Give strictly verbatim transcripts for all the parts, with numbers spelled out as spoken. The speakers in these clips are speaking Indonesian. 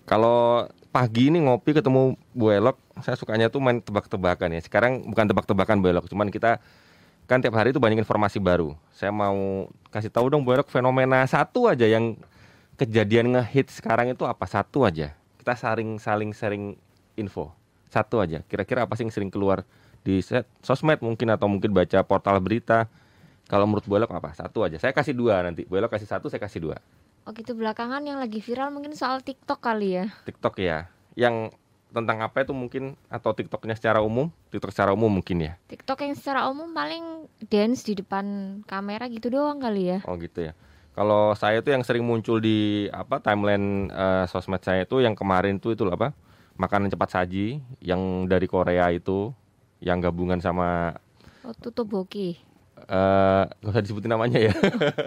Kalau pagi ini ngopi ketemu Bu Elok, saya sukanya tuh main tebak-tebakan ya. Sekarang bukan tebak-tebakan Bu Elok, cuman kita kan tiap hari itu banyak informasi baru. Saya mau kasih tahu dong Bu Elok, fenomena satu aja yang kejadian ngehit sekarang itu apa? Satu aja. Kita saling saling sharing info. Satu aja. Kira-kira apa sih yang sering keluar di set, sosmed mungkin atau mungkin baca portal berita? Kalau menurut Bu Elok apa? Satu aja. Saya kasih dua nanti. Bu Elok kasih satu, saya kasih dua. Oh gitu, belakangan yang lagi viral mungkin soal TikTok kali ya. TikTok ya. Yang tentang apa itu mungkin, atau TikToknya secara umum? TikTok secara umum mungkin ya. TikTok yang secara umum paling dance di depan kamera gitu doang kali ya. Oh gitu ya. Kalau saya tuh yang sering muncul di apa timeline uh, sosmed saya itu yang kemarin tuh itu apa? Makanan cepat saji yang dari Korea itu, yang gabungan sama Oh, Tutoboki. eh nggak usah disebutin namanya ya.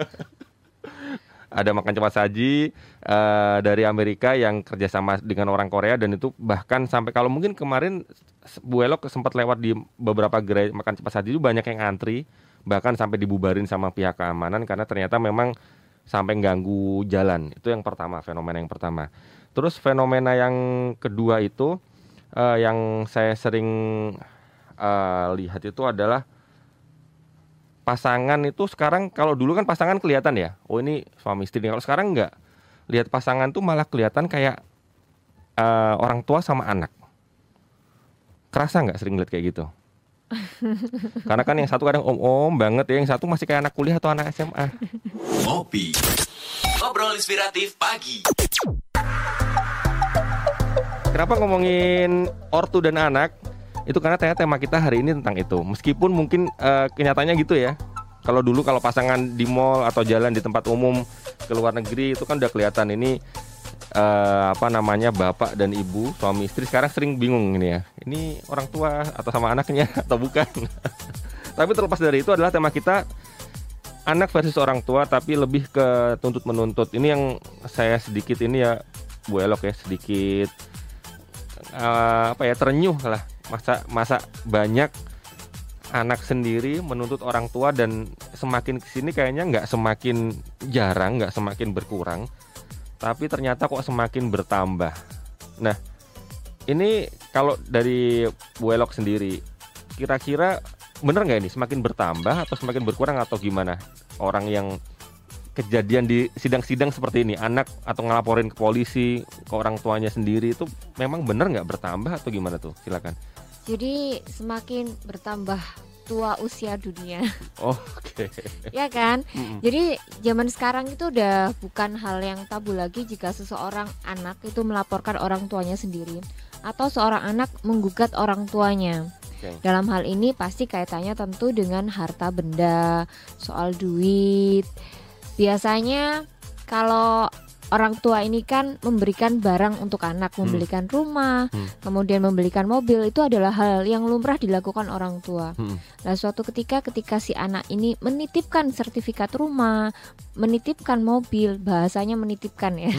Ada makan cepat saji uh, dari Amerika yang kerjasama dengan orang Korea, dan itu bahkan sampai, kalau mungkin kemarin Bu Elok sempat lewat di beberapa gerai makan cepat saji itu banyak yang antri, bahkan sampai dibubarin sama pihak keamanan karena ternyata memang sampai ganggu jalan. Itu yang pertama, fenomena yang pertama. Terus fenomena yang kedua itu uh, yang saya sering uh, lihat itu adalah pasangan itu sekarang. Kalau dulu kan pasangan kelihatan ya, oh ini suami istri. Kalau sekarang enggak, lihat pasangan tuh malah kelihatan kayak uh, orang tua sama anak. Kerasa nggak sering lihat kayak gitu? Karena kan yang satu kadang om-om banget ya, yang satu masih kayak anak kuliah atau anak S M A. Ngopi, ngobrol inspiratif pagi. Kenapa ngomongin ortu dan anak? Itu karena ternyata tema kita hari ini tentang itu. Meskipun mungkin uh, kenyataannya gitu ya. Kalau dulu kalau pasangan di mall atau jalan di tempat umum ke luar negeri itu kan udah kelihatan ini uh, apa namanya bapak dan ibu, suami istri. Sekarang sering bingung ini ya. Ini orang tua atau sama anaknya atau bukan. Tapi terlepas dari itu adalah tema kita anak versus orang tua, tapi lebih ke tuntut menuntut. Ini yang saya sedikit ini ya Bu Elok ya, sedikit uh, apa ya terenyuh lah. Masa masa banyak anak sendiri menuntut orang tua, dan semakin kesini kayaknya nggak semakin jarang, nggak semakin berkurang, tapi ternyata kok semakin bertambah. Nah, ini kalau dari Bu Elok sendiri, kira-kira bener nggak ini semakin bertambah atau semakin berkurang atau gimana? Orang yang kejadian di sidang-sidang seperti ini, anak atau ngelaporin ke polisi, ke orang tuanya sendiri, itu memang bener nggak bertambah atau gimana tuh? Silakan. Jadi semakin bertambah tua usia dunia. Oh, oke. Okay. Ya kan? Mm-mm. Jadi zaman sekarang itu udah bukan hal yang tabu lagi jika seseorang anak itu melaporkan orang tuanya sendiri, atau seorang anak menggugat orang tuanya. Okay. Dalam hal ini pasti kaitannya tentu dengan harta benda, soal duit. Biasanya kalau orang tua ini kan memberikan barang untuk anak, membelikan rumah, hmm. kemudian membelikan mobil, itu adalah hal yang lumrah dilakukan orang tua. Hmm. Nah, suatu ketika ketika si anak ini menitipkan sertifikat rumah, menitipkan mobil, bahasanya menitipkan ya.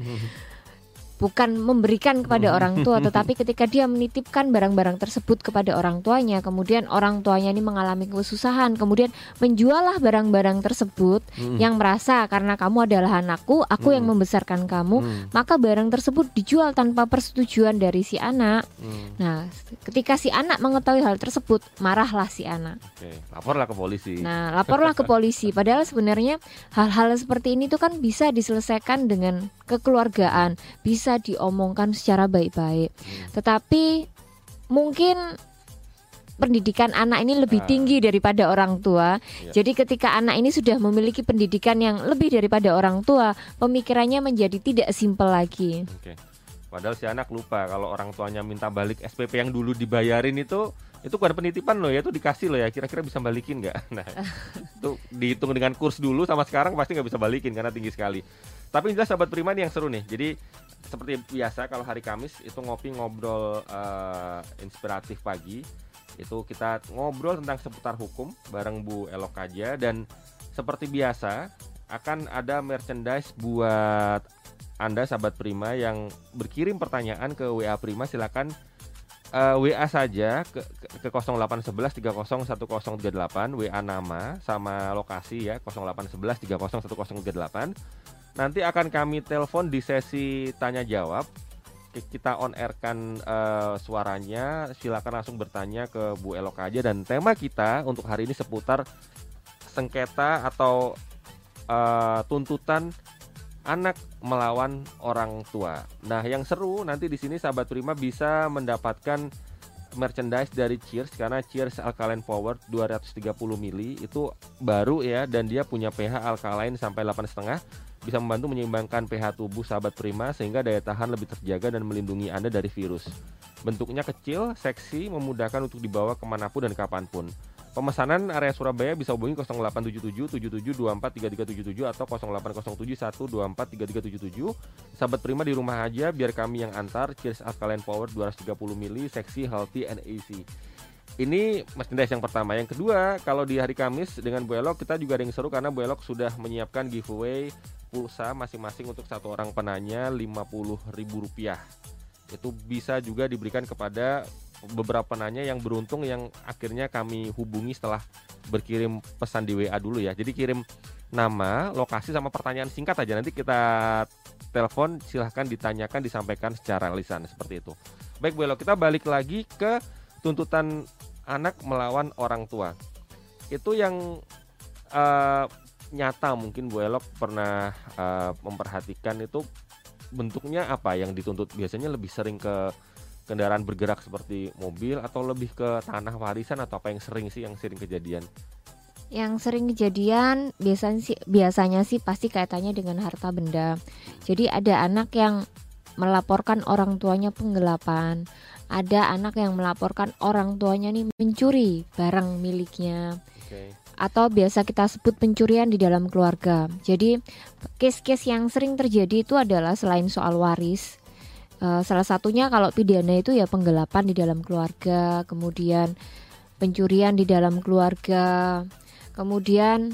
Bukan memberikan kepada orang tua, tetapi ketika dia menitipkan barang-barang tersebut kepada orang tuanya, kemudian orang tuanya ini mengalami kesusahan, kemudian menjuallah barang-barang tersebut, mm. yang merasa karena kamu adalah anakku, aku mm. yang membesarkan kamu, mm. maka barang tersebut dijual tanpa persetujuan dari si anak. Mm. Nah, ketika si anak mengetahui hal tersebut, marahlah si anak. Oke, laporlah ke polisi. Nah, laporlah ke polisi. Padahal sebenarnya hal-hal seperti ini tuh kan bisa diselesaikan dengan kekeluargaan, bisa diomongkan secara baik-baik. Hmm. Tetapi mungkin pendidikan anak ini lebih nah. tinggi daripada orang tua. Ya. Jadi ketika anak ini sudah memiliki pendidikan yang lebih daripada orang tua, pemikirannya menjadi tidak simpel lagi. Oke. Padahal si anak lupa kalau orang tuanya minta balik S P P yang dulu dibayarin itu, itu bukan penitipan loh ya, itu dikasih loh ya, kira-kira bisa balikin nggak? Nah, itu dihitung dengan kurs dulu sama sekarang pasti nggak bisa balikin karena tinggi sekali. Tapi jelas sahabat Prima ini yang seru nih. Jadi seperti biasa kalau hari Kamis itu ngopi ngobrol uh, inspiratif pagi, itu kita ngobrol tentang seputar hukum bareng Bu Elok aja. Dan seperti biasa akan ada merchandise buat Anda sahabat Prima yang berkirim pertanyaan ke W A Prima. Silakan uh, W A saja ke, ke, ke nol delapan satu satu tiga nol satu nol tiga delapan, W A nama sama lokasi ya, nol delapan satu satu tiga nol satu nol tiga delapan. Nanti akan kami telepon di sesi tanya jawab kita on airkan uh, suaranya, silakan langsung bertanya ke Bu Elok aja. Dan tema kita untuk hari ini seputar sengketa atau uh, tuntutan anak melawan orang tua. Nah, yang seru nanti di sini sahabat Prima bisa mendapatkan merchandise dari Cheers, karena Cheers Alkaline Power dua ratus tiga puluh mililiter itu baru ya, dan dia punya pH alkaline sampai delapan koma lima, bisa membantu menyeimbangkan pH tubuh sahabat Prima sehingga daya tahan lebih terjaga dan melindungi Anda dari virus. Bentuknya kecil, seksi, memudahkan untuk dibawa kemanapun dan kapanpun. Pemesanan area Surabaya bisa hubungi nol delapan tujuh tujuh tujuh tujuh dua empat tiga tiga tujuh tujuh atau nol delapan nol tujuh satu dua empat tiga tiga tujuh tujuh. Sahabat Prima di rumah aja, biar kami yang antar. Cheers Alkaline Power dua ratus tiga puluh mililiter, seksi, healthy, and easy. Ini merchandise yang pertama. Yang kedua, kalau di hari Kamis dengan Bu Elok, kita juga ada yang seru karena Bu Elok sudah menyiapkan giveaway pulsa masing-masing untuk satu orang penanya lima puluh ribu rupiah. Itu bisa juga diberikan kepada beberapa penanya yang beruntung yang akhirnya kami hubungi setelah berkirim pesan di W A dulu ya. Jadi kirim nama, lokasi sama pertanyaan singkat aja, nanti kita telepon, silahkan ditanyakan, disampaikan secara lisan seperti itu. Baik Bu Elok, kita balik lagi ke tuntutan anak melawan orang tua. Itu yang uh, nyata mungkin Bu Elok pernah uh, memperhatikan itu bentuknya apa yang dituntut? Biasanya lebih sering ke kendaraan bergerak seperti mobil atau lebih ke tanah warisan, atau apa yang sering sih yang sering kejadian? Yang sering kejadian biasanya sih biasanya sih pasti kaitannya dengan harta benda. Jadi ada anak yang melaporkan orang tuanya penggelapan, ada anak yang melaporkan orang tuanya nih mencuri barang miliknya. Okay. Atau biasa kita sebut pencurian di dalam keluarga. Jadi case-case yang sering terjadi itu adalah selain soal waris, Uh, salah satunya kalau pidana itu ya penggelapan di dalam keluarga, kemudian pencurian di dalam keluarga, kemudian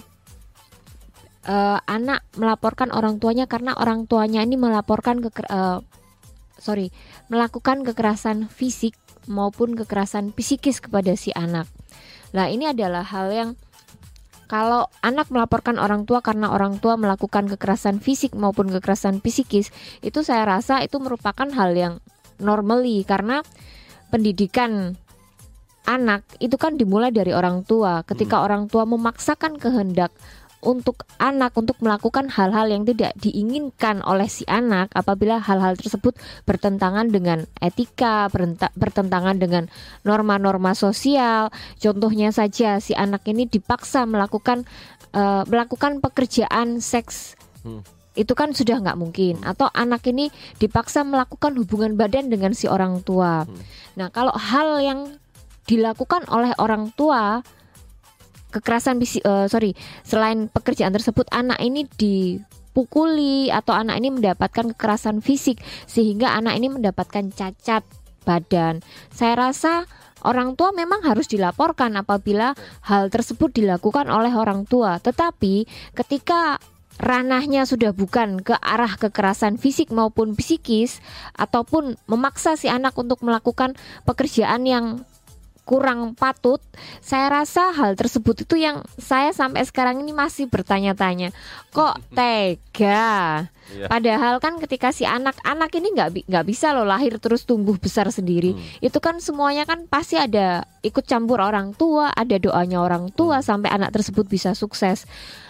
uh, anak melaporkan orang tuanya karena orang tuanya ini melaporkan ke uh, sorry melakukan kekerasan fisik maupun kekerasan psikis kepada si anak. Nah, ini adalah hal yang kalau anak melaporkan orang tua karena orang tua melakukan kekerasan fisik maupun kekerasan psikis, itu saya rasa itu merupakan hal yang normally, karena pendidikan anak itu kan dimulai dari orang tua. Ketika hmm. orang tua memaksakan kehendak untuk anak untuk melakukan hal-hal yang tidak diinginkan oleh si anak, apabila hal-hal tersebut bertentangan dengan etika, bertentangan dengan norma-norma sosial. Contohnya saja si anak ini dipaksa melakukan uh, melakukan pekerjaan seks, hmm. itu kan sudah nggak mungkin. Atau anak ini dipaksa melakukan hubungan badan dengan si orang tua. hmm. Nah, kalau hal yang dilakukan oleh orang tua, kekerasan uh, sorry selain pekerjaan tersebut, anak ini dipukuli atau anak ini mendapatkan kekerasan fisik sehingga anak ini mendapatkan cacat badan, saya rasa orang tua memang harus dilaporkan apabila hal tersebut dilakukan oleh orang tua. Tetapi ketika ranahnya sudah bukan ke arah kekerasan fisik maupun psikis, ataupun memaksa si anak untuk melakukan pekerjaan yang kurang patut, saya rasa hal tersebut itu yang saya sampai sekarang ini masih bertanya-tanya, kok tega? Iya. Padahal kan ketika si anak-anak ini nggak nggak bisa loh lahir terus tumbuh besar sendiri. Hmm. Itu kan semuanya kan pasti ada ikut campur orang tua, ada doanya orang tua hmm. sampai anak tersebut bisa sukses.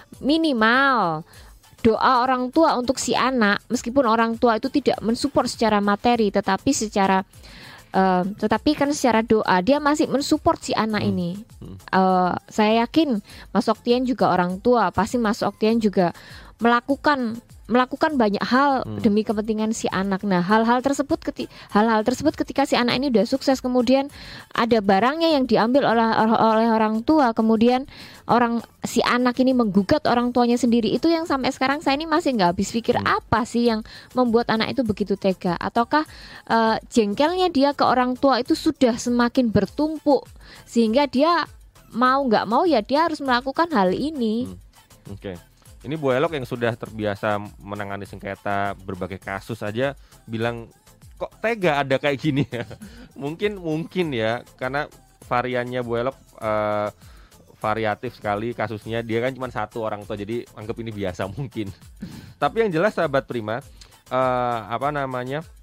Minimal doa orang tua untuk si anak, meskipun orang tua itu tidak mensupport secara materi, tetapi secara Uh, tetapi kan secara doa dia masih mensupport si anak hmm. ini. Uh, saya yakin Mas Oktian juga orang tua, pasti Mas Oktian juga melakukan melakukan banyak hal hmm. demi kepentingan si anak. Nah, hal-hal tersebut keti- hal-hal tersebut ketika si anak ini udah sukses, kemudian ada barangnya yang diambil oleh oleh orang tua, kemudian orang si anak ini menggugat orang tuanya sendiri, itu yang sampai sekarang saya ini masih nggak habis pikir hmm. apa sih yang membuat anak itu begitu tega? Ataukah uh, jengkelnya dia ke orang tua itu sudah semakin bertumpuk sehingga dia mau nggak mau ya dia harus melakukan hal ini. Hmm. Oke. Okay. Ini Bu Elok yang sudah terbiasa menangani sengketa berbagai kasus aja bilang kok tega ada kayak gini ya. Mungkin mungkin ya karena variannya Bu Elok uh, variatif sekali kasusnya. Dia kan cuma satu orang tua, jadi anggap ini biasa mungkin. Tapi yang jelas sahabat Prima, uh, apa namanya?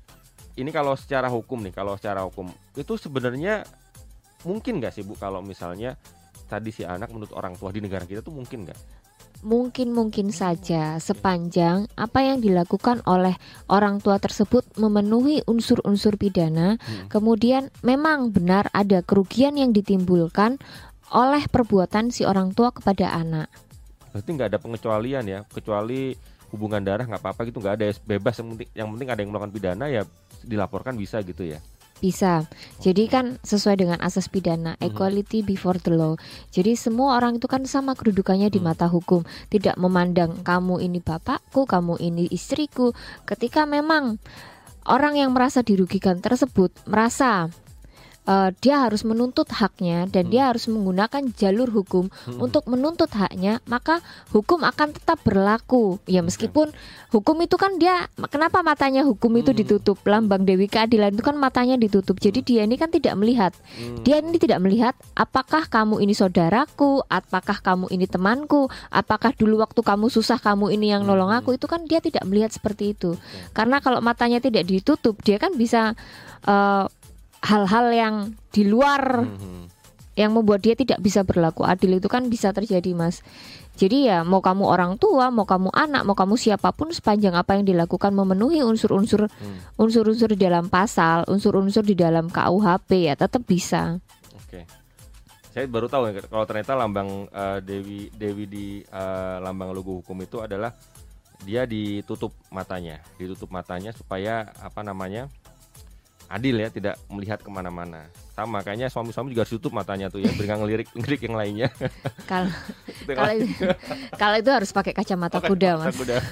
ini kalau secara hukum nih, kalau secara hukum itu sebenarnya mungkin nggak sih Bu kalau misalnya tadi si anak menurut orang tua di negara kita tuh mungkin nggak? Mungkin-mungkin saja sepanjang apa yang dilakukan oleh orang tua tersebut memenuhi unsur-unsur pidana, hmm. kemudian memang benar ada kerugian yang ditimbulkan oleh perbuatan si orang tua kepada anak. Berarti nggak ada pengecualian ya, kecuali hubungan darah nggak apa-apa gitu, nggak ada ya, bebas, yang penting, yang penting ada yang melakukan pidana ya dilaporkan bisa gitu ya. Bisa. Jadi kan sesuai dengan asas pidana, mm-hmm. equality before the law. Jadi semua orang itu kan sama kedudukannya di mata hukum. Tidak memandang kamu ini bapakku, kamu ini istriku. Ketika memang orang yang merasa dirugikan tersebut merasa Uh, dia harus menuntut haknya dan hmm. dia harus menggunakan jalur hukum hmm. untuk menuntut haknya, maka hukum akan tetap berlaku. Ya meskipun okay. hukum itu kan dia, kenapa matanya hukum itu hmm. ditutup? Lambang Dewi Keadilan itu kan matanya ditutup. Jadi dia ini kan tidak melihat. Hmm. Dia ini tidak melihat apakah kamu ini saudaraku, apakah kamu ini temanku, apakah dulu waktu kamu susah kamu ini yang nolong aku. Itu kan dia tidak melihat seperti itu. Okay. Karena kalau matanya tidak ditutup, dia kan bisa uh, hal-hal yang di luar mm-hmm. yang membuat dia tidak bisa berlaku adil itu kan bisa terjadi, Mas. Jadi ya mau kamu orang tua, mau kamu anak, mau kamu siapapun, sepanjang apa yang dilakukan memenuhi unsur-unsur mm. unsur-unsur di dalam pasal, unsur-unsur di dalam K U H P ya tetap bisa. Oke. Saya baru tahu ya kalau ternyata lambang uh, Dewi Dewi di uh, lambang logo hukum itu adalah dia ditutup matanya, ditutup matanya supaya apa namanya? adil ya, tidak melihat kemana-mana. Sama kayaknya suami-suami juga harus tutup matanya tuh ya, beri ngelirik-ngelirik yang lainnya. Kalau kalau itu, kalau itu harus pakai kacamata oh, kuda, Mas. Kuda.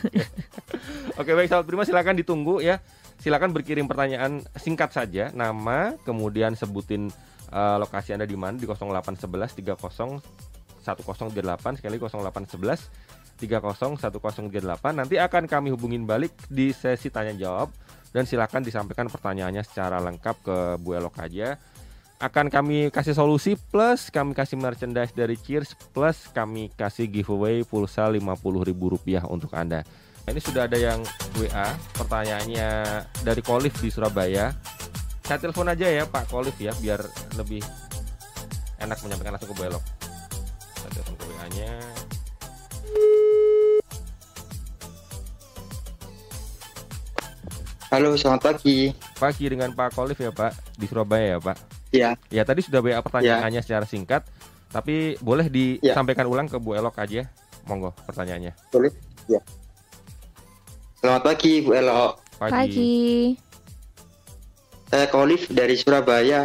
Oke, baik sahabat Prima, silakan ditunggu ya. Silakan berkirim pertanyaan singkat saja, nama, kemudian sebutin uh, lokasi Anda di mana di nol delapan satu satu tiga nol satu nol tiga delapan, sekali nol delapan satu satu tiga nol satu nol tiga delapan. Nanti akan kami hubungin balik di sesi tanya jawab. Dan silakan disampaikan pertanyaannya secara lengkap ke Bu Elok aja. Akan kami kasih solusi, plus kami kasih merchandise dari Cheers, plus kami kasih giveaway pulsa lima puluh ribu rupiah untuk Anda. Ini sudah ada yang W A, pertanyaannya dari Kolif di Surabaya. Saya telepon aja ya Pak Kolif ya, biar lebih enak menyampaikan langsung ke Bu Elok. Saya telepon ke W A-nya. Halo, selamat pagi. Pagi dengan Pak Kolif ya Pak, di Surabaya ya Pak. Iya. Ya tadi sudah W A pertanyaannya ya. Secara singkat, tapi boleh disampaikan ya. Ulang ke Bu Elok aja, monggo pertanyaannya. Boleh. Ya. Selamat pagi Bu Elok. Pagi. Pagi. Saya Kolif dari Surabaya.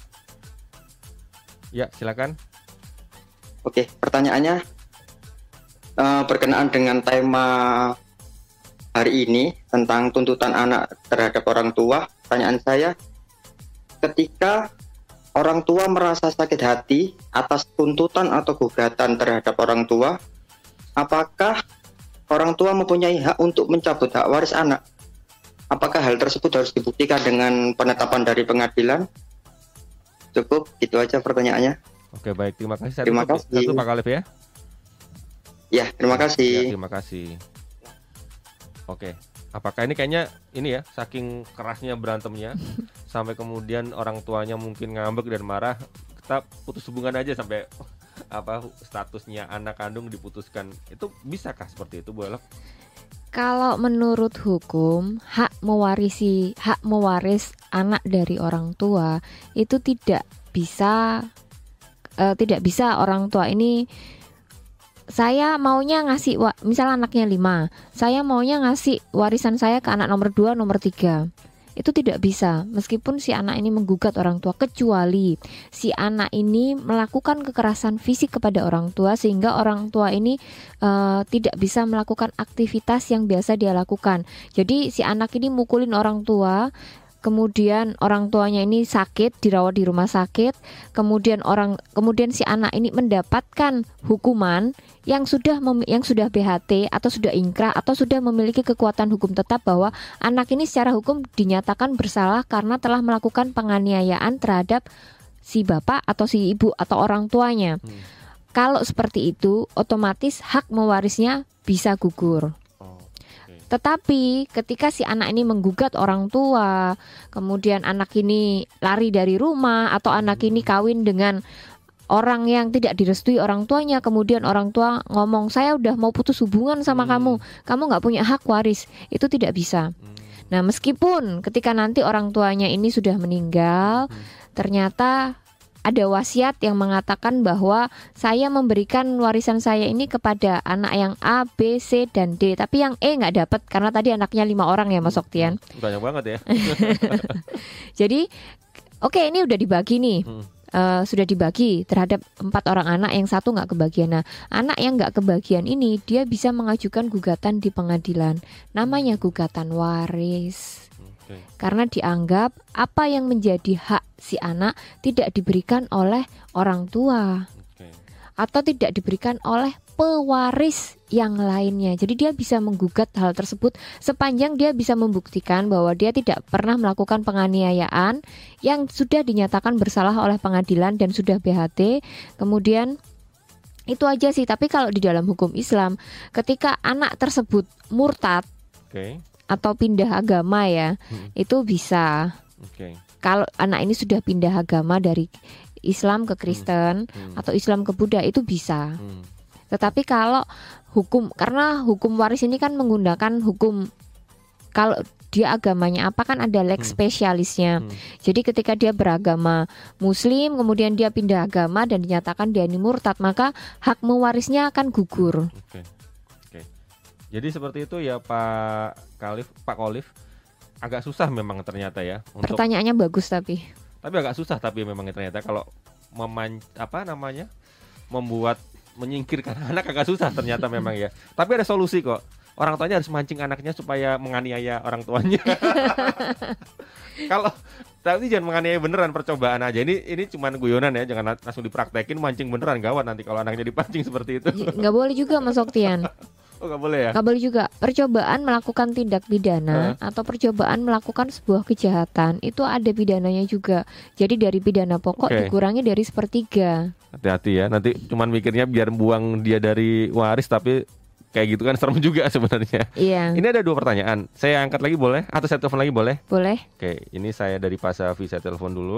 Ya silakan. Oke, pertanyaannya uh, berkenaan dengan tema hari ini tentang tuntutan anak terhadap orang tua. Pertanyaan saya, ketika orang tua merasa sakit hati atas tuntutan atau gugatan terhadap orang tua, apakah orang tua mempunyai hak untuk mencabut hak waris anak? Apakah hal tersebut harus dibuktikan dengan penetapan dari pengadilan? Cukup, itu aja pertanyaannya. Oke, baik, terima kasih. Satu, terima kasih. Satu Pak Kalif ya. Ya, terima kasih. Ya, terima kasih. Oke, apakah ini kayaknya ini ya, saking kerasnya berantemnya sampai kemudian orang tuanya mungkin ngambek dan marah, kita putus hubungan aja sampai apa statusnya anak kandung diputuskan. Itu bisakah seperti itu, Bu Elok? Kalau menurut hukum, hak mewarisi hak mewaris anak dari orang tua itu tidak bisa uh, tidak bisa orang tua ini, saya maunya ngasih, misal anaknya lima, saya maunya ngasih warisan saya ke anak nomor dua, nomor tiga. Itu tidak bisa, meskipun si anak ini menggugat orang tua, kecuali si anak ini melakukan kekerasan fisik kepada orang tua sehingga orang tua ini uh, tidak bisa melakukan aktivitas yang biasa dia lakukan. Jadi si anak ini mukulin orang tua, kemudian orang tuanya ini sakit, dirawat di rumah sakit, kemudian orang kemudian si anak ini mendapatkan hukuman yang sudah mem, yang sudah B H T atau sudah ingkrah atau sudah memiliki kekuatan hukum tetap bahwa anak ini secara hukum dinyatakan bersalah karena telah melakukan penganiayaan terhadap si bapak atau si ibu atau orang tuanya. Hmm. Kalau seperti itu, otomatis hak mewarisnya bisa gugur. Oh, okay. Tetapi ketika si anak ini menggugat orang tua, kemudian anak ini lari dari rumah, atau anak ini kawin dengan orang yang tidak direstui orang tuanya, kemudian orang tua ngomong, saya udah mau putus hubungan sama Hmm. kamu, kamu nggak punya hak waris, itu tidak bisa. Nah, meskipun ketika nanti orang tuanya ini sudah meninggal, ternyata ada wasiat yang mengatakan bahwa saya memberikan warisan saya ini kepada anak yang A, B, C, dan D. Tapi yang E nggak dapat karena tadi anaknya lima orang ya, Mas Oktian. Banyak banget ya. Jadi, oke, ini udah dibagi nih. Hmm. Uh, sudah dibagi terhadap empat orang anak, yang satu nggak kebagian. Nah, anak yang nggak kebagian ini dia bisa mengajukan gugatan di pengadilan, namanya gugatan waris, Oke. karena dianggap apa yang menjadi hak si anak tidak diberikan oleh orang tua Oke. atau tidak diberikan oleh pewaris yang lainnya. Jadi dia bisa menggugat hal tersebut sepanjang dia bisa membuktikan bahwa dia tidak pernah melakukan penganiayaan yang sudah dinyatakan bersalah oleh pengadilan dan sudah B H T. Kemudian itu aja sih. Tapi kalau di dalam hukum Islam, ketika anak tersebut murtad Oke. atau pindah agama ya, Hmm. itu bisa. Oke. Kalau anak ini sudah pindah agama dari Islam ke Kristen Hmm. atau Islam ke Buddha, itu bisa. Hmm. Tetapi kalau hukum, karena hukum waris ini kan menggunakan hukum, kalau dia agamanya apa kan ada lex Hmm. spesialisnya. Hmm. Jadi ketika dia beragama Muslim, kemudian dia pindah agama dan dinyatakan dia ini murtad, maka hak mewarisnya akan gugur. Oke. Oke. Jadi seperti itu ya Pak Khalif, Pak Khalif. Agak susah memang ternyata ya untuk, Pertanyaannya bagus tapi. tapi agak susah tapi memang ternyata kalau meman apa namanya? membuat menyingkirkan anak agak susah ternyata memang ya. Tapi ada solusi kok. Orang tuanya harus mancing anaknya supaya menganiaya orang tuanya. Kalau tapi jangan menganiaya beneran, percobaan aja. Ini ini cuman guyonan ya, jangan langsung dipraktekin, mancing beneran gawat nanti kalau anaknya dipancing seperti itu. Nggak boleh juga, Mas Oktian. Oh, nggak boleh ya? Nggak boleh juga. Percobaan melakukan tindak pidana atau percobaan melakukan sebuah kejahatan itu ada pidananya juga. Jadi dari pidana pokok Oke. dikurangi dari sepertiga. Hati-hati ya, nanti cuman mikirnya biar buang dia dari waris, tapi kayak gitu kan serem juga sebenarnya. Iya. Ini ada dua pertanyaan. Saya angkat lagi boleh? Atau saya telepon lagi boleh? Boleh. Oke, ini saya dari Pak Safi, saya telepon dulu.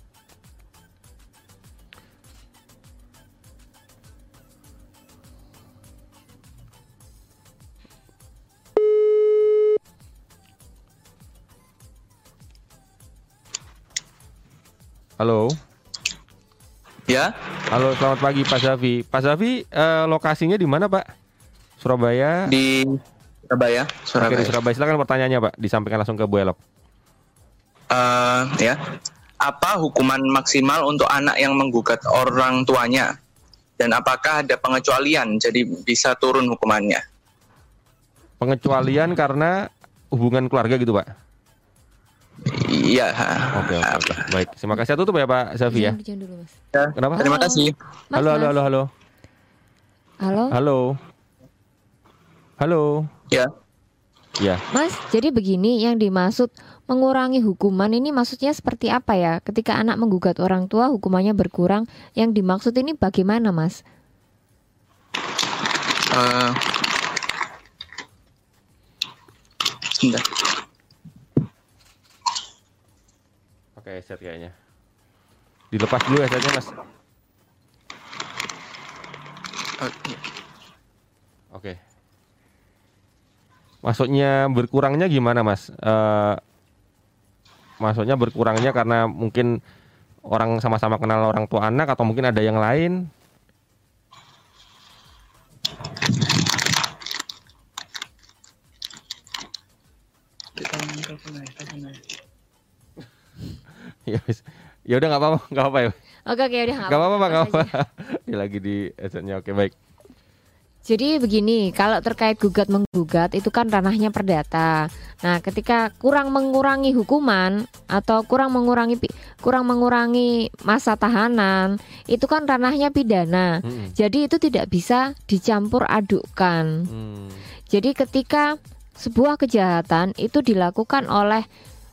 Halo. Ya, Halo, selamat pagi Pak Safi. Pak Safi, eh, lokasinya di mana Pak? Surabaya. di Surabaya, Oke, Surabaya. di Surabaya. Silakan pertanyaannya Pak, disampaikan langsung ke Bu Elok. Eh, ya, apa hukuman maksimal untuk anak yang menggugat orang tuanya? Dan apakah ada pengecualian, jadi bisa turun hukumannya? Pengecualian karena hubungan keluarga gitu Pak? Iya. Oke, oke, oke. Baik, terima kasih. Tutup ya Pak Safi ya. Jangan, jangan dulu, Mas. Ya, Kenapa? Terima Halo. kasih. Mas, Halo, halo, Mas. halo, halo. Halo. Halo. Halo. Ya, Ya. Mas, jadi begini, yang dimaksud mengurangi hukuman ini maksudnya seperti apa ya? Ketika anak menggugat orang tua hukumannya berkurang, yang dimaksud ini bagaimana, Mas? eh, sebentar. Pakai headset kayaknya. Dilepas dulu headsetnya Mas. Oke. Oke. Maksudnya berkurangnya gimana Mas? Eh, maksudnya berkurangnya karena mungkin orang sama-sama kenal orang tua anak atau mungkin ada yang lain? Ya wis. Ya udah nggak apa-apa, nggak apa-apa ya. Oke, oke, udah Nggak apa-apa, Pak, nggak aja. apa-apa. Dia lagi di headsetnya. Oke, baik. Jadi begini, kalau terkait gugat menggugat itu kan ranahnya perdata. Nah, ketika kurang mengurangi hukuman atau kurang mengurangi pi- kurang mengurangi masa tahanan, itu kan ranahnya pidana. Mm-mm. Jadi itu tidak bisa dicampur adukkan. Hmm. Jadi ketika sebuah kejahatan itu dilakukan oleh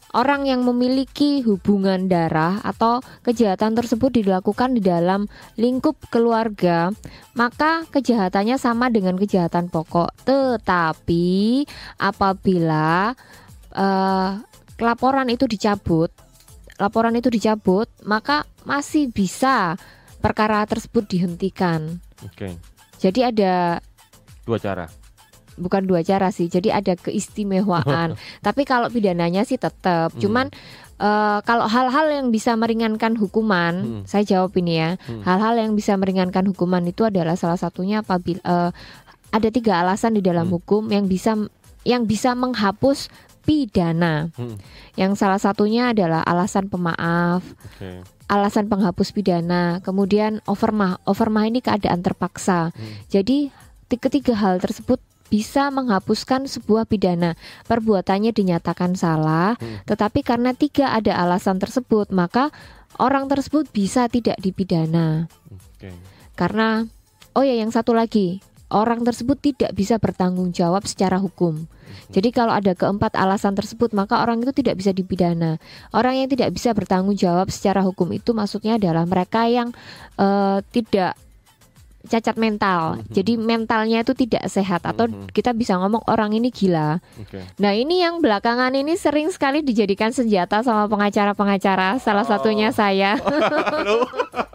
orang yang memiliki hubungan darah atau kejahatan tersebut dilakukan di dalam lingkup keluarga, maka kejahatannya sama dengan kejahatan pokok. Tetapi apabila uh, laporan itu dicabut, laporan itu dicabut, maka masih bisa perkara tersebut dihentikan. Oke. Jadi ada Dua cara. bukan dua cara sih. Jadi ada keistimewaan. Tapi kalau pidananya sih tetap. Hmm. Cuman uh, kalau hal-hal yang bisa meringankan hukuman, Hmm. saya jawab ini ya. Hmm. Hal-hal yang bisa meringankan hukuman itu adalah salah satunya apabila uh, ada tiga alasan di dalam Hmm. hukum yang bisa yang bisa menghapus pidana. Hmm. Yang salah satunya adalah alasan pemaaf, Oke. alasan penghapus pidana, kemudian overmah. Overmah ini keadaan terpaksa. Hmm. Jadi ti- ketiga hal tersebut bisa menghapuskan sebuah pidana. Perbuatannya dinyatakan salah, Hmm. tetapi karena tiga ada alasan tersebut, maka orang tersebut bisa tidak dipidana. Oke. Karena, oh ya yang satu lagi, orang tersebut tidak bisa bertanggung jawab secara hukum. Jadi kalau ada keempat alasan tersebut, maka orang itu tidak bisa dipidana. Orang yang tidak bisa bertanggung jawab secara hukum itu maksudnya adalah mereka yang eh, tidak cacat mental. Mhm. Jadi mentalnya itu tidak sehat, atau Mhm. kita bisa ngomong orang ini gila. Oke. Nah ini yang belakangan ini sering sekali dijadikan senjata sama pengacara-pengacara. Salah Oh. satunya saya. Halo.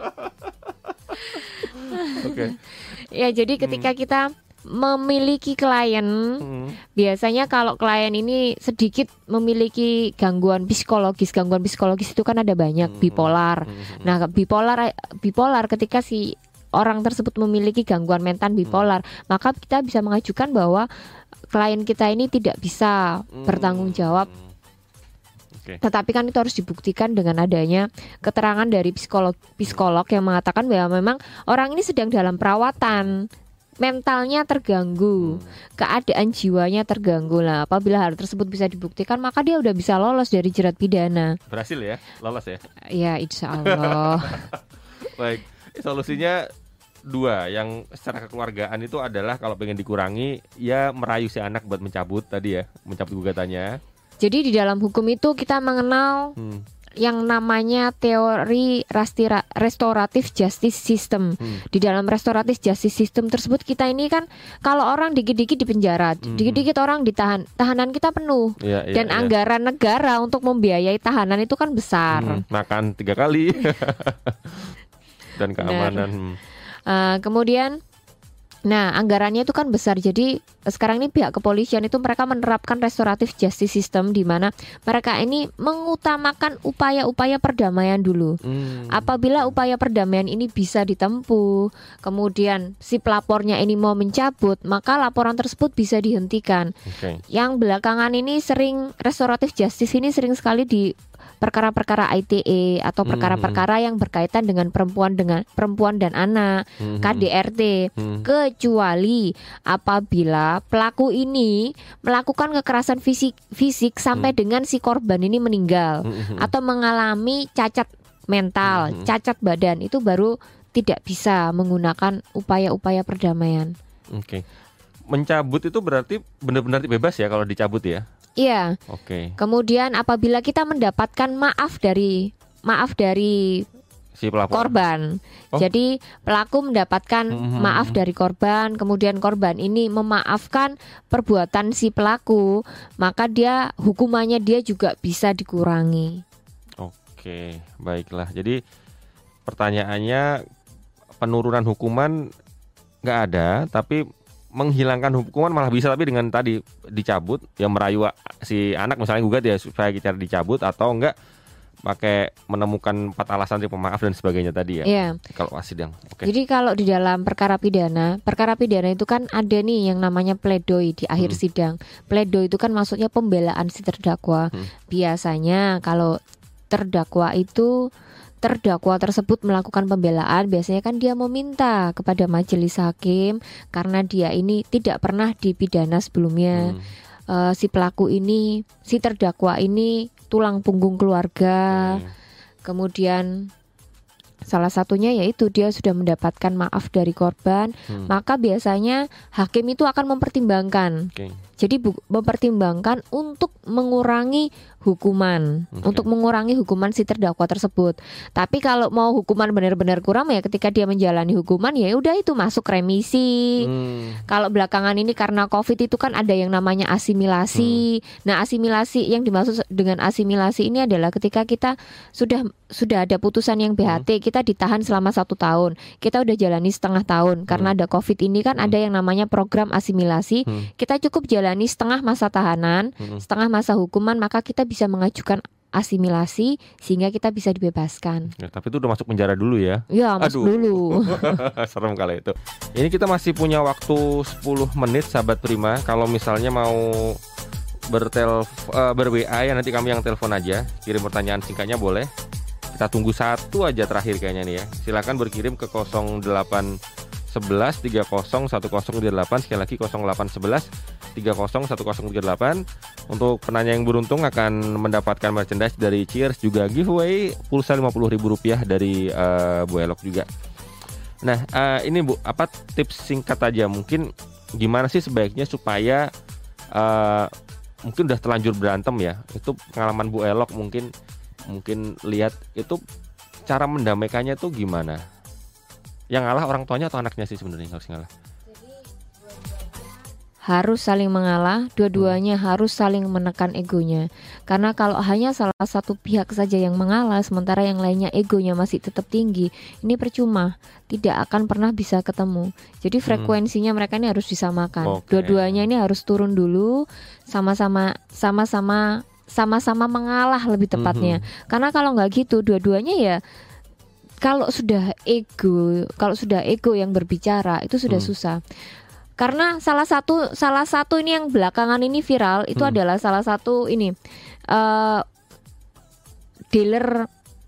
Oke. Ya jadi ketika kita memiliki klien, Hmm. biasanya kalau klien ini sedikit memiliki gangguan psikologis, gangguan psikologis itu kan ada banyak, Mhm. bipolar. Hmm. Nah, bipolar bipolar ketika si orang tersebut memiliki gangguan mental bipolar, maka kita bisa mengajukan bahwa klien kita ini tidak bisa Hmm. bertanggung jawab. Oke. Tetapi kan itu harus dibuktikan dengan adanya keterangan dari psikolog psikolog yang mengatakan bahwa memang orang ini sedang dalam perawatan, mentalnya terganggu, Hmm. keadaan jiwanya terganggu. Lah, apabila hal tersebut bisa dibuktikan, maka dia udah bisa lolos dari jerat pidana. Berhasil ya, lolos ya. Ya, insya Allah. Baik, solusinya dua. Yang secara kekeluargaan itu adalah kalau pengen dikurangi, ya merayu si anak buat mencabut tadi ya, mencabut gugatannya. Jadi di dalam hukum itu kita mengenal Hmm. yang namanya teori rastira- restoratif justice system. Hmm. Di dalam restoratif justice system tersebut kita ini kan kalau orang dikit-dikit di penjara, Mhm. dikit-dikit orang ditahan, tahanan kita penuh. Iya, iya, Dan iya. anggaran negara untuk membiayai tahanan itu kan besar. Hmm, makan tiga kali. Dan keamanan. Hmm. Uh, kemudian, nah anggarannya itu kan besar. Jadi sekarang ini pihak kepolisian itu mereka menerapkan restoratif justice system, di mana mereka ini mengutamakan upaya-upaya perdamaian dulu. Hmm. Apabila upaya perdamaian ini bisa ditempuh, kemudian si pelapornya ini mau mencabut, maka laporan tersebut bisa dihentikan. Oke. Yang belakangan ini sering restoratif justice ini sering sekali di perkara-perkara I T E atau perkara-perkara yang berkaitan dengan perempuan dengan perempuan dan anak, Hmm. K D R T, Hmm. kecuali apabila pelaku ini melakukan kekerasan fisik fisik sampai dengan si korban ini meninggal Hmm. atau mengalami cacat mental, Hmm. cacat badan, itu baru tidak bisa menggunakan upaya-upaya perdamaian. Oke. Mencabut itu berarti benar-benar bebas ya kalau dicabut ya? Iya. Oke. Kemudian apabila kita mendapatkan maaf dari maaf dari Si pelapor. korban. Oh. Jadi pelaku mendapatkan Mhm. maaf dari korban, kemudian korban ini memaafkan perbuatan si pelaku, maka dia hukumannya dia juga bisa dikurangi. Oke, baiklah. Jadi pertanyaannya, penurunan hukuman nggak ada, tapi menghilangkan hukuman malah bisa, tapi dengan tadi dicabut, yang merayu si anak misalnya gugat ya supaya kita dicabut, atau enggak pakai menemukan empat alasan dari pemaaf dan sebagainya tadi ya. Iya. Kalau sidang. Oke. Jadi kalau di dalam perkara pidana, perkara pidana itu kan ada nih yang namanya pledoi di akhir Hmm. sidang. Pledoi itu kan maksudnya pembelaan si terdakwa. Hmm. Biasanya kalau terdakwa itu terdakwa tersebut melakukan pembelaan, biasanya kan dia meminta kepada majelis hakim karena dia ini tidak pernah dipidana sebelumnya. Hmm. Eh, si pelaku ini, si terdakwa ini tulang punggung keluarga. Oke. Kemudian salah satunya yaitu dia sudah mendapatkan maaf dari korban, Hmm. maka biasanya hakim itu akan mempertimbangkan. Oke. Jadi bu- mempertimbangkan untuk mengurangi hukuman Oke. untuk mengurangi hukuman si terdakwa tersebut. Tapi kalau mau hukuman benar-benar kurang ya ketika dia menjalani hukuman ya udah itu masuk remisi. Hmm. Kalau belakangan ini karena Covid itu kan ada yang namanya asimilasi. Nah, asimilasi yang dimaksud dengan asimilasi ini adalah ketika kita sudah sudah ada putusan yang B H T, kita ditahan selama satu tahun. Kita udah jalani setengah tahun karena ada Covid ini kan ada yang namanya program asimilasi. Hmm. Kita cukup jalani setengah masa tahanan, Hmm. setengah masa hukuman, maka kita bisa mengajukan asimilasi sehingga kita bisa dibebaskan. Ya, tapi itu udah masuk penjara dulu ya. Ya, masuk Aduh. dulu. Serem kali itu. Ini kita masih punya waktu sepuluh menit sahabat Prima. Kalau misalnya mau bertel uh, ber-W A ya nanti kami yang telepon aja. Kirim pertanyaan singkatnya boleh. Kita tunggu satu aja terakhir kayaknya nih ya. Silakan berkirim ke nol delapan sebelas tiga nol satu nol tiga delapan. Sekali lagi nol delapan sebelas tiga nol satu nol tiga delapan. Untuk penanya yang beruntung akan mendapatkan merchandise dari Cheers, juga giveaway pulsa lima puluh ribu rupiah dari uh, Bu Elok juga. Nah, uh, ini Bu, apa tips singkat aja mungkin gimana sih sebaiknya supaya uh, mungkin udah terlanjur berantem ya. Itu pengalaman Bu Elok mungkin mungkin lihat itu cara mendamaikannya tuh gimana? Yang ngalah orang tuanya atau anaknya sih sebenarnya harus ngalah? Harus saling mengalah, dua-duanya harus saling menekan egonya. Karena kalau hanya salah satu pihak saja yang mengalah, sementara yang lainnya egonya masih tetap tinggi, ini percuma, tidak akan pernah bisa ketemu. Jadi frekuensinya hmm. mereka ini harus disamakan. Oke. Dua-duanya ini harus turun dulu, sama-sama, sama-sama, sama-sama mengalah lebih tepatnya. Hmm. Karena kalau nggak gitu, dua-duanya ya. Kalau sudah ego, kalau sudah ego yang berbicara, itu sudah hmm. susah. Karena salah satu salah satu ini yang belakangan ini viral itu hmm. adalah salah satu ini uh, dealer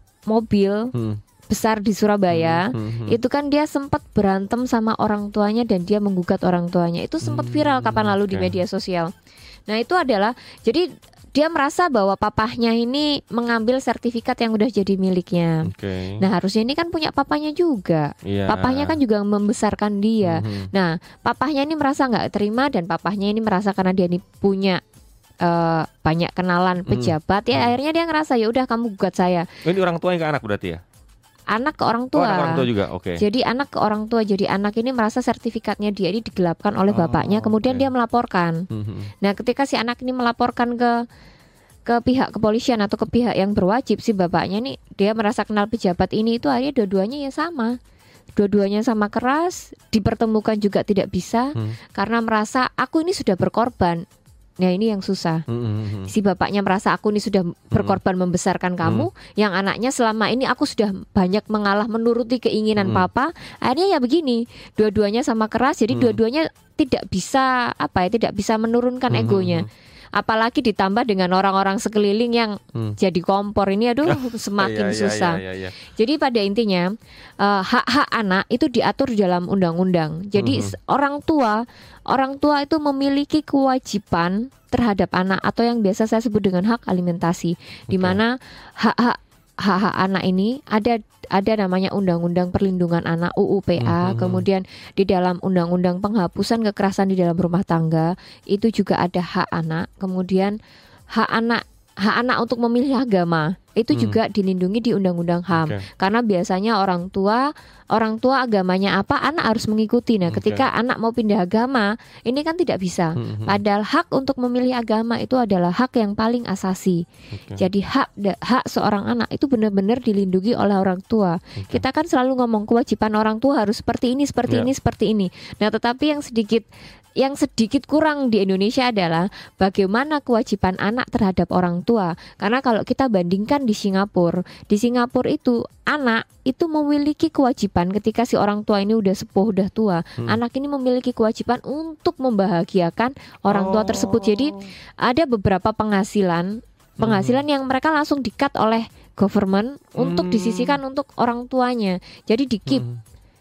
mobil hmm. besar di Surabaya. Hmm. Hmm. Hmm. Itu kan dia sempat berantem sama orang tuanya dan dia menggugat orang tuanya. Itu sempat viral kapan lalu okay. di media sosial. Nah, itu adalah jadi dia merasa bahwa papahnya ini mengambil sertifikat yang udah jadi miliknya. Okay. Nah, harusnya ini kan punya papanya juga. Yeah. Papahnya kan juga membesarkan dia. Mm-hmm. Nah, papahnya ini merasa nggak terima dan papahnya ini merasa karena dia ini punya uh, banyak kenalan pejabat. Mm. Ya mm. akhirnya dia ngerasa ya udah kamu gugat saya. Ini orang tua yang ke anak berarti ya? Anak ke orang tua. Oh, anak orang tua juga. Oke. Okay. Jadi anak ke orang tua. Jadi anak ini merasa sertifikatnya dia ini digelapkan oleh bapaknya. Oh, kemudian okay. dia melaporkan. Mm-hmm. Nah, ketika si anak ini melaporkan ke ke pihak kepolisian atau ke pihak yang berwajib, si bapaknya nih dia merasa kenal pejabat ini, itu akhirnya dua-duanya ya sama. Dua-duanya sama keras, dipertemukan juga tidak bisa hmm. karena merasa aku ini sudah berkorban. Nah, ini yang susah. Hmm. Si bapaknya merasa aku ini sudah berkorban hmm. membesarkan kamu, hmm. yang anaknya selama ini aku sudah banyak mengalah menuruti keinginan hmm. papa. Akhirnya ya begini, dua-duanya sama keras, jadi hmm. dua-duanya tidak bisa apa ya, tidak bisa menurunkan hmm. egonya. Apalagi ditambah dengan orang-orang sekeliling yang hmm. jadi kompor ini, aduh semakin iya, susah. iya, iya, iya. Jadi pada intinya uh, hak-hak anak itu diatur dalam undang-undang. Jadi hmm. orang tua, orang tua itu memiliki kewajiban terhadap anak atau yang biasa saya sebut dengan hak alimentasi, okay. di mana hak-hak hak-hak anak ini ada ada namanya Undang-Undang Perlindungan Anak U U P A, mm-hmm. kemudian di dalam Undang-Undang Penghapusan Kekerasan di dalam Rumah Tangga itu juga ada hak anak, kemudian hak anak hak anak untuk memilih agama itu hmm. juga dilindungi di Undang-Undang H A M. Okay. Karena biasanya orang tua orang tua agamanya apa, anak harus mengikuti. Nah, okay. ketika anak mau pindah agama, ini kan tidak bisa. Hmm. Padahal hak untuk memilih agama itu adalah hak yang paling asasi. Okay. Jadi hak hak seorang anak itu benar-benar dilindungi oleh orang tua. Okay. Kita kan selalu ngomong kewajiban orang tua harus seperti ini, seperti yeah. ini, seperti ini. Nah, tetapi yang sedikit Yang sedikit kurang di Indonesia adalah bagaimana kewajiban anak terhadap orang tua. Karena kalau kita bandingkan di Singapura, di Singapura itu anak itu memiliki kewajiban ketika si orang tua ini udah sepuh, udah tua. Hmm. Anak ini memiliki kewajiban untuk membahagiakan orang tua oh. tersebut. Jadi ada beberapa penghasilan, penghasilan hmm. yang mereka langsung di-cut oleh government hmm. untuk disisihkan untuk orang tuanya. Jadi di-keep. Hmm.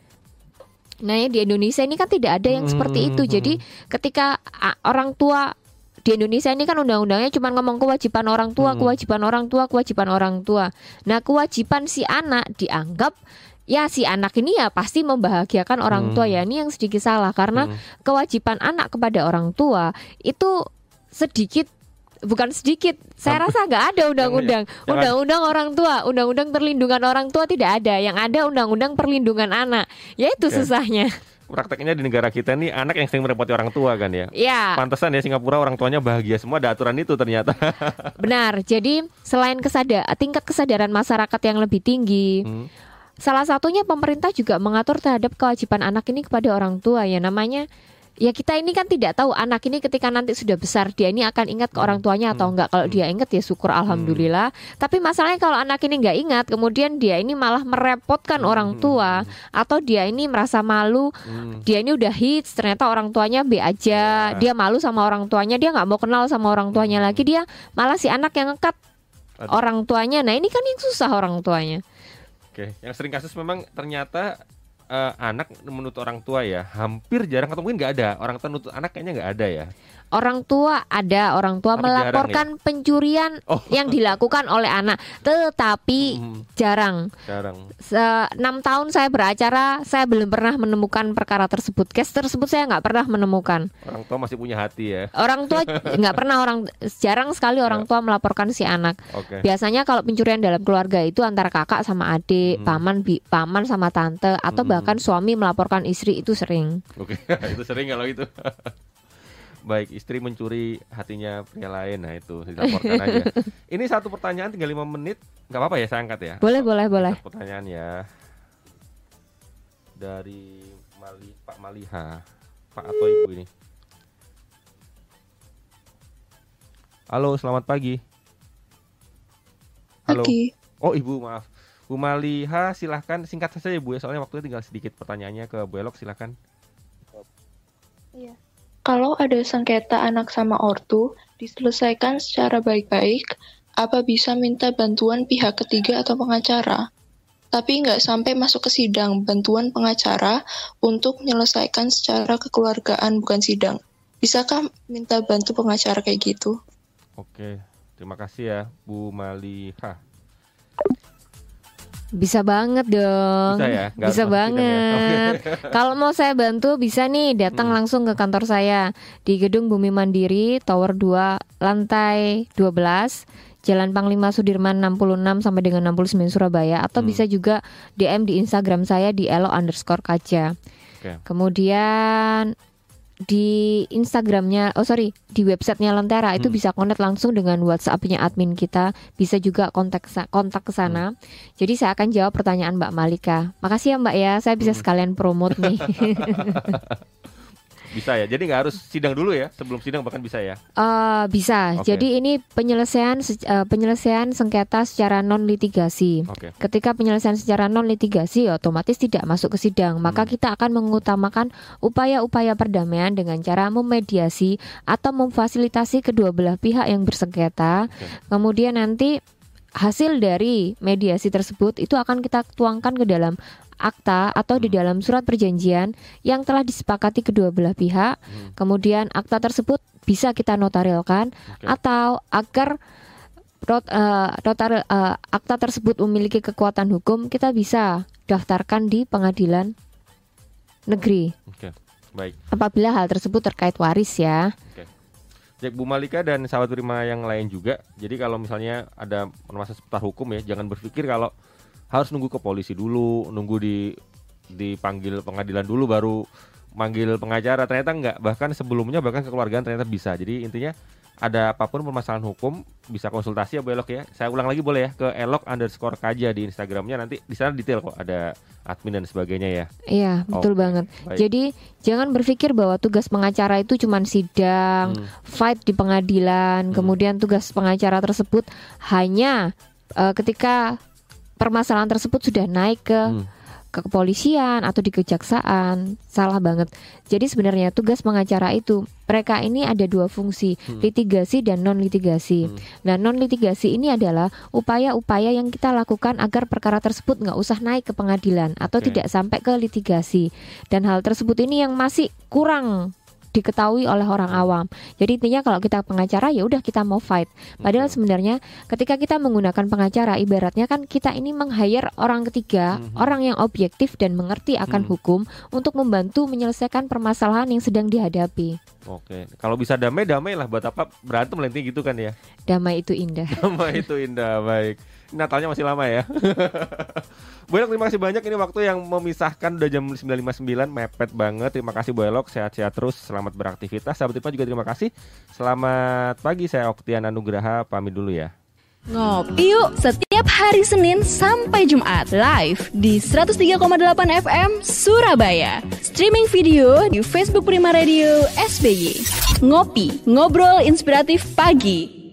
Nah, di Indonesia ini kan tidak ada yang seperti itu. Jadi ketika orang tua di Indonesia ini kan undang-undangnya cuma ngomong kewajiban orang tua, kewajiban orang tua, kewajiban orang tua. Nah, kewajiban si anak dianggap ya si anak ini ya pasti membahagiakan orang tua. Ya, ini yang sedikit salah karena kewajiban anak kepada orang tua itu sedikit bukan sedikit. Saya rasa nggak ada undang-undang. Yang- yang Undang-undang orang tua, undang-undang perlindungan orang tua tidak ada. Yang ada undang-undang perlindungan anak. Ya itu Oke. susahnya. Prakteknya di negara kita nih anak yang sering merepoti orang tua kan ya. Ya, Pantesan ya Singapura orang tuanya bahagia semua, ada aturan itu ternyata. benar. Jadi selain kesada- tingkat kesadaran masyarakat yang lebih tinggi, Hmm. salah satunya pemerintah juga mengatur terhadap kewajiban anak ini kepada orang tua ya namanya. Ya kita ini kan tidak tahu anak ini ketika nanti sudah besar dia ini akan ingat ke orang tuanya atau enggak. Kalau dia ingat ya syukur alhamdulillah. Tapi masalahnya kalau anak ini enggak ingat, kemudian dia ini malah merepotkan orang tua atau dia ini merasa malu. Hmm. Dia ini udah hits, ternyata orang tuanya B aja. Ya. Dia malu sama orang tuanya, dia nggak mau kenal sama orang tuanya lagi. Dia malah si anak yang ngekat Aduh. orang tuanya. Nah ini kan yang susah orang tuanya. Oke, yang sering kasus memang ternyata eh, anak menuntut orang tua ya, hampir jarang atau mungkin nggak ada orang tua nuntut anak, kayaknya nggak ada ya. Orang tua ada, orang tua Tapi jarang melaporkan pencurian Oh. yang dilakukan oleh anak, tetapi Hmm, jarang. jarang. Se- enam tahun saya beracara, saya belum pernah menemukan perkara tersebut. Case tersebut saya nggak pernah menemukan. Orang tua masih punya hati ya. Orang tua nggak pernah orang jarang sekali orang tua melaporkan si anak. Oke. Biasanya kalau pencurian dalam keluarga itu antara kakak sama adik, Hmm. paman bi- paman sama tante, atau Hmm. bahkan suami melaporkan istri itu sering. Oke, itu sering kalau itu. Baik, istri mencuri hatinya pria lain, nah itu dilaporkan aja. Ini satu pertanyaan tinggal lima menit, nggak apa-apa ya saya angkat ya. Boleh, boleh, boleh. Satu pertanyaan ya dari Mali, Pak Maliha, Pak atau Ibu ini. Halo, selamat pagi. Halo. Pagi. Oh Ibu, maaf. Bu Maliha, silahkan singkat saja ya Bu ya, soalnya waktunya tinggal sedikit. Pertanyaannya ke Bu Elok, silahkan. Kalau ada sengketa anak sama ortu, diselesaikan secara baik-baik, apa bisa minta bantuan pihak ketiga atau pengacara? Tapi nggak sampai masuk ke sidang, bantuan pengacara untuk menyelesaikan secara kekeluargaan, bukan sidang. Bisakah minta bantu pengacara kayak gitu? Oke, terima kasih ya Bu Maliha. Bisa banget dong. Bisa ya? Nggak harus Bisa masuk sidang ya? banget. Kalau mau saya bantu bisa nih datang Hmm. langsung ke kantor saya di Gedung Bumi Mandiri Tower dua lantai dua belas Jalan Panglima Sudirman enam puluh enam sampai dengan enam puluh sembilan Surabaya, atau Hmm. bisa juga D M di Instagram saya di elo underscore kaja. Oke. Kemudian di Instagramnya, oh sorry, di websitenya Lentera itu Hmm. bisa kontak langsung dengan WhatsApp-nya admin kita, bisa juga kontak sa- kontak ke sana. Hmm. Jadi saya akan jawab pertanyaan Mbak Malika. Makasih ya Mbak ya, saya bisa Hmm. sekalian promote nih. Bisa ya, jadi nggak harus sidang dulu ya, sebelum sidang bahkan bisa ya. Eh, bisa. Oke. Jadi ini penyelesaian se- eh, penyelesaian sengketa secara non litigasi. Oke. Ketika penyelesaian secara non litigasi otomatis tidak masuk ke sidang, maka Hmm. kita akan mengutamakan upaya-upaya perdamaian dengan cara memediasi atau memfasilitasi kedua belah pihak yang bersengketa. Oke. Kemudian nanti hasil dari mediasi tersebut itu akan kita tuangkan ke dalam akta atau di Hmm. dalam surat perjanjian yang telah disepakati kedua belah pihak. Hmm. Kemudian akta tersebut bisa kita notarilkan Oke. atau agar not- eh, notaril- eh, akta tersebut memiliki kekuatan hukum, kita bisa daftarkan di pengadilan negeri Oke. Baik. apabila hal tersebut terkait waris ya. Jadi Bu Malika dan sahabat Prima yang lain juga. Jadi kalau misalnya ada masalah seputar hukum ya, jangan berpikir kalau harus nunggu ke polisi dulu, nunggu di dipanggil pengadilan dulu baru manggil pengacara. Ternyata enggak, bahkan sebelumnya bahkan kekeluargaan ternyata bisa. Jadi intinya ada apapun permasalahan hukum bisa konsultasi ya Bu Elok ya. Saya ulang lagi boleh ya, ke elok underscore kaja di Instagramnya, nanti di sana detail kok, ada admin dan sebagainya ya. Iya, betul Oke, banget. baik. Jadi jangan berpikir bahwa tugas pengacara itu cuma sidang, Hmm. fight di pengadilan, Hmm. kemudian tugas pengacara tersebut hanya eh, ketika permasalahan tersebut sudah naik ke Hmm. ke kepolisian atau di kejaksaan. Salah banget. Jadi sebenarnya tugas pengacara itu mereka ini ada dua fungsi, Hmm. litigasi dan non litigasi. Hmm. Nah, non litigasi ini adalah upaya-upaya yang kita lakukan agar perkara tersebut nggak usah naik ke pengadilan atau Oke. tidak sampai ke litigasi. Dan hal tersebut ini yang masih kurang diketahui oleh orang awam. Jadi intinya kalau kita pengacara ya udah kita mau fight. Padahal sebenarnya ketika kita menggunakan pengacara, ibaratnya kan kita ini meng-hire orang ketiga, mm-hmm. orang yang objektif dan mengerti akan mm. hukum untuk membantu menyelesaikan permasalahan yang sedang dihadapi. Oke, kalau bisa damai, damai lah. Buat apa berantem nanti gitu kan ya? Damai itu indah. Damai itu indah, baik. Natalnya masih lama ya. Bu Elok, terima kasih banyak. Ini waktu yang memisahkan udah jam sembilan lima puluh sembilan, mepet banget. Terima kasih Bu Elok, sehat-sehat terus, selamat beraktivitas. Sahabat Ipa juga terima kasih. Selamat pagi, saya Oktiana Nugraha, pamit dulu ya. Ngopi yuk setiap hari Senin sampai Jumat live di seratus tiga koma delapan F M Surabaya. Streaming video di Facebook Prima Radio S B Y. Ngopi, ngobrol inspiratif pagi.